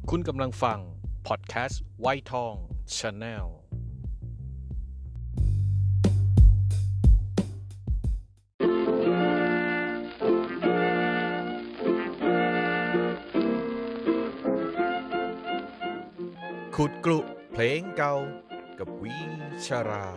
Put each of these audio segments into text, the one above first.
คุณกำลังฟังพอดแคสต์ไวท์ทอง Channelขุดกลุ่เพลงเก่ากับวิชารา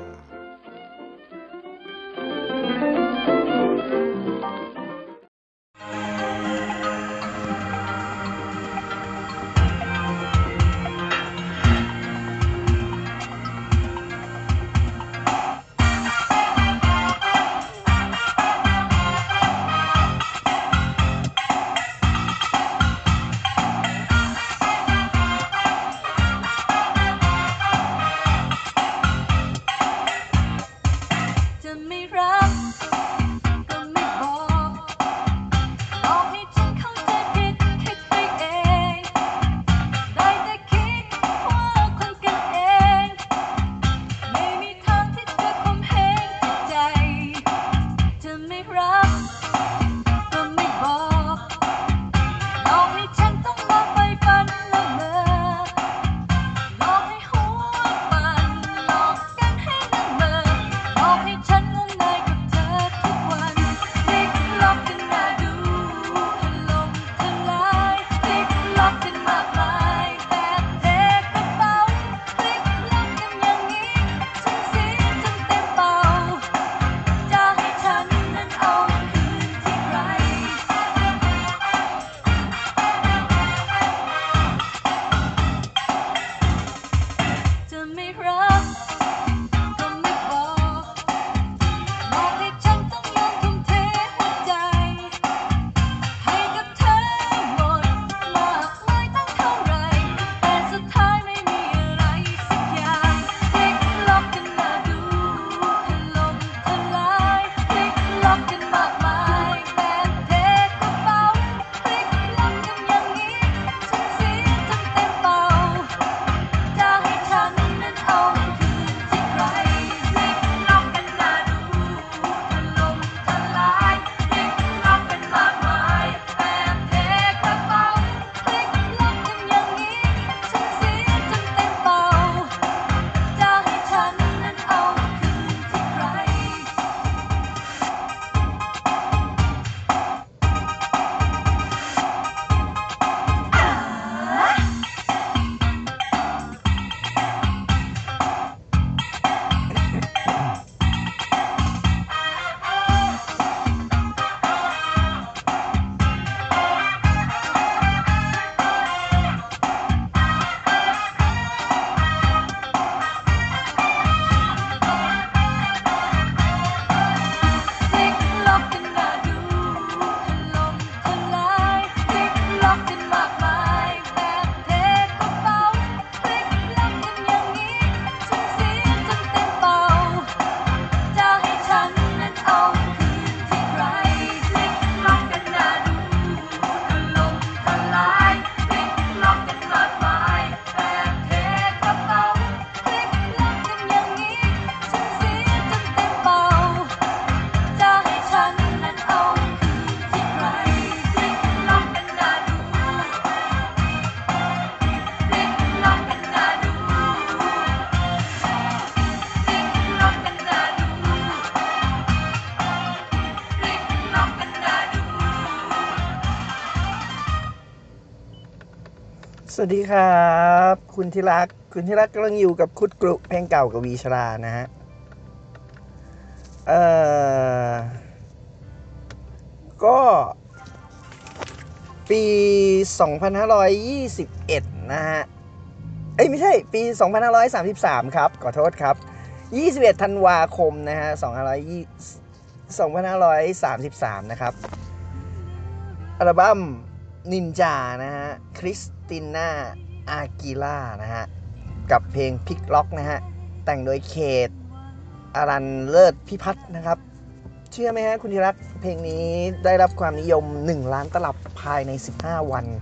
สวัสดีครับคุณที่รักกำลังอยู่กับคุดกลุ่เพลงเก่ากับวีชรานะฮะก็ปี2521นะฮะไม่ใช่ปี2533ครับขอโทษครับ21ธันวาคมนะฮะ2533นะครับอัลบั้มนินจานะฮะคริสติน่าอากิล่านะฮะกับเพลงพิกล็อกนะฮะแต่งโดยเคทอารันเลิศพิพัฒน์นะครับเชื่อไหมฮะคุณธีรัตน์เพลงนี้ได้รับความนิยม1ล้านตลับภายใน15วัน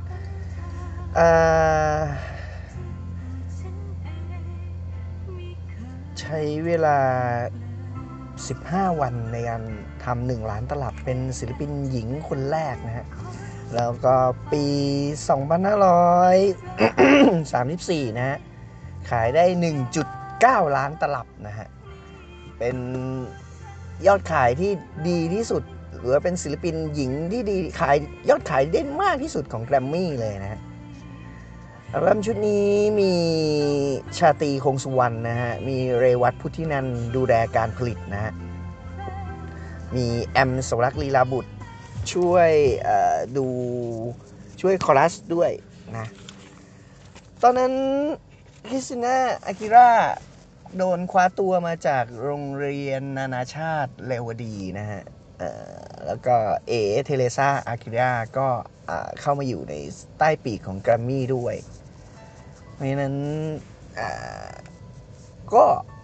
ใช้เวลา15วันในการทำ1 ล้านตลับเป็นศิลปินหญิงคนแรกนะฮะแล้วก็ปี2534นะฮะขายได้ 1.9 ล้านตลับนะฮะเป็นยอดขายที่ดีที่สุดหรือว่าเป็นศิลปินหญิงที่ดียอดขายได้มากที่สุดของแกรมมี่เลยนะฮะอัลบั้มชุดนี้มีชาตรีคงสุวรรณนะฮะมีเรวัตพุทธินันท์ดูแลการผลิตนะฮะมีแอมสวรักษ์ลีลาบุตรช่วยคอรัสด้วยนะตอนนั้นคริสติน่าอากิระโดนคว้าตัวมาจากโรงเรียนนานาชาติเลวดีนะฮะแล้วก็เทเรซาอากิระก็เข้ามาอยู่ในใต้ปีกของแกรมมี่ด้วยเพราะฉะนั้นก็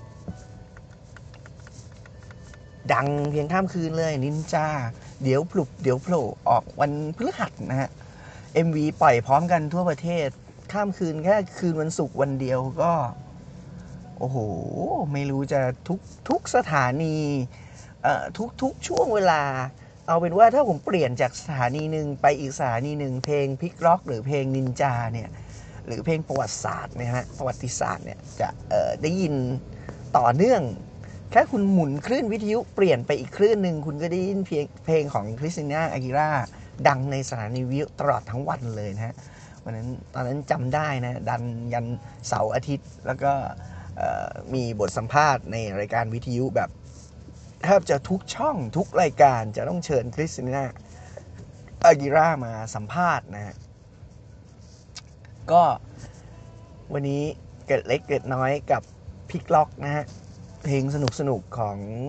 ดังเพียงข้ามคืนเลยนินจาเดี๋ยวพลุบเดี๋ยวโผล่ออกวันพฤหัสนะฮะ MV ปล่อยพร้อมกันทั่วประเทศข้ามคืนแค่คืนวันศุกร์วันเดียวก็โอ้โหไม่รู้จะทุกสถานีทุกช่วงเวลาเอาเป็นว่าถ้าผมเปลี่ยนจากสถานีหนึ่งไปอีกสถานีหนึ่งเพลงพิกร็อกหรือเพลงนินจาเนี่ยหรือเพลงประวัติศาสตร์นะฮะประวัติศาสตร์เนี่ยจะได้ยินต่อเนื่องแค่คุณหมุนคลื่นวิทยุเปลี่ยนไปอีกคลื่นหนึ่งคุณก็ได้ยินเพลงของคริสติน่าอากิระดังในสถานีวิทยุตลอดทั้งวันเลยนะฮะตอนนั้นจำได้นะดันยันเสาร์อาทิตย์แล้วก็มีบทสัมภาษณ์ในรายการวิทยุแบบแทบจะทุกช่องทุกรายการจะต้องเชิญคริสติน่าอากิระมาสัมภาษณ์นะฮะก็วันนี้เกิดเล็กเกิดน้อยกับพิกล็อกนะฮะเพลงสนุกของ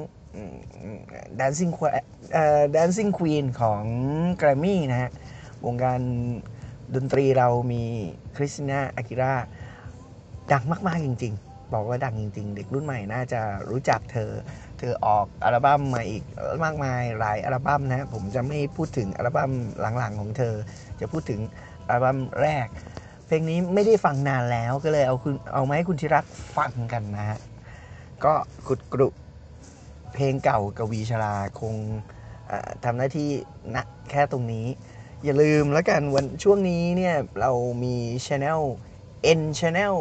Dancing Queen ของ Grammy นะฮะวงการดนตรีเรามีคริสติน่าอากิระดังมากๆจริงๆบอกว่าดังจริงๆเด็กรุ่นใหม่น่าจะรู้จักเธอออกอัลบั้มมาอีกมากมายหลายอัลบั้มนะผมจะไม่พูดถึงอัลบั้มหลังๆของเธอจะพูดถึงอัลบั้มแรกเพลงนี้ไม่ได้ฟังนานแล้วก็เลยเอามาให้คุณธิรักฟังกันนะฮะก็ขุดกรุเพลงเก่ากวีชราคงทำหน้าที่ณแค่ตรงนี้อย่าลืมแล้วกันวันช่วงนี้เนี่ยเรามี Channel N Channel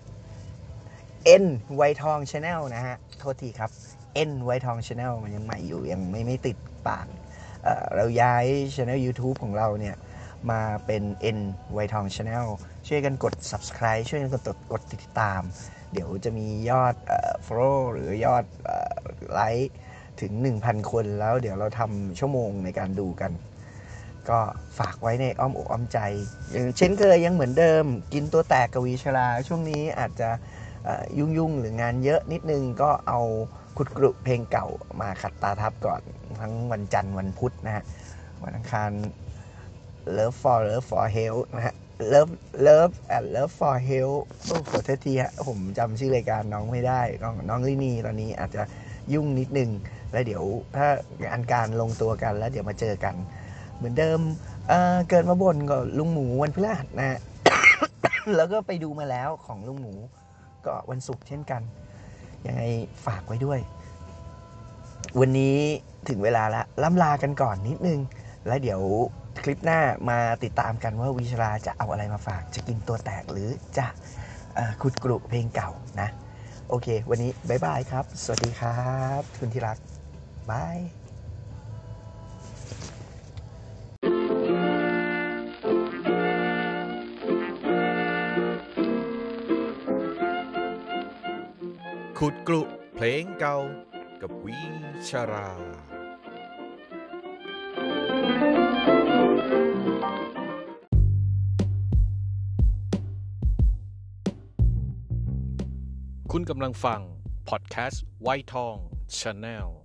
N ไวทอง Channel นะฮะโทษทีครับ N ไวทอง Channel มันยังใหม่อยู่ยังไม่ติดปากเราย้าย Channel YouTube ของเราเนี่ยมาเป็น N ไวทอง Channel ช่วยกันกด Subscribe ช่วยกันกดติดตามเดี๋ยวจะมียอดfollow หรือยอดไลค์ถึง 1,000 คนแล้วเดี๋ยวเราทำชั่วโมงในการดูกันก็ฝากไว้ในอ้อมอกอ้อมใจอย่างเช่นเคยยังเหมือนเดิมกินตัวแตกกวีชราช่วงนี้อาจจะยุ่งหรืองานเยอะนิดนึงก็เอาขุดกรุเพลงเก่ามาขัดตาทับก่อนทั้งวันจันทร์วันพุธนะฮะวันอังคาร Love for Health นะฮะ Love for Health ขอโทษทีฮะผมจำชื่อรายการน้องไม่ได้น้องลินีตอนนี้อาจจะยุ่งนิดนึงแล้วเดี๋ยวถ้าการลงตัวกันแล้วเดี๋ยวมาเจอกันเหมือนเดิมเกิดมาบ่นก็ลุงหมูวันพฤหัสนะ แล้วก็ไปดูมาแล้วของลุงหมูก็วันศุกร์เช่นกันยังไงฝากไว้ด้วยวันนี้ถึงเวลาละล่ำลากันก่อนนิดนึงแล้วเดี๋ยวคลิปหน้ามาติดตามกันว่าวิชราจะเอาอะไรมาฝากจะกินตัวแตกหรือจะขุดกรุเพลงเก่านะโอเควันนี้บ๊ายบายครับสวัสดีครับคุณที่รักบายขุดกรุเพลงเก่ากับวิชรา คุณกำลังฟังพอดแคสต์ไวท์ทอง Channel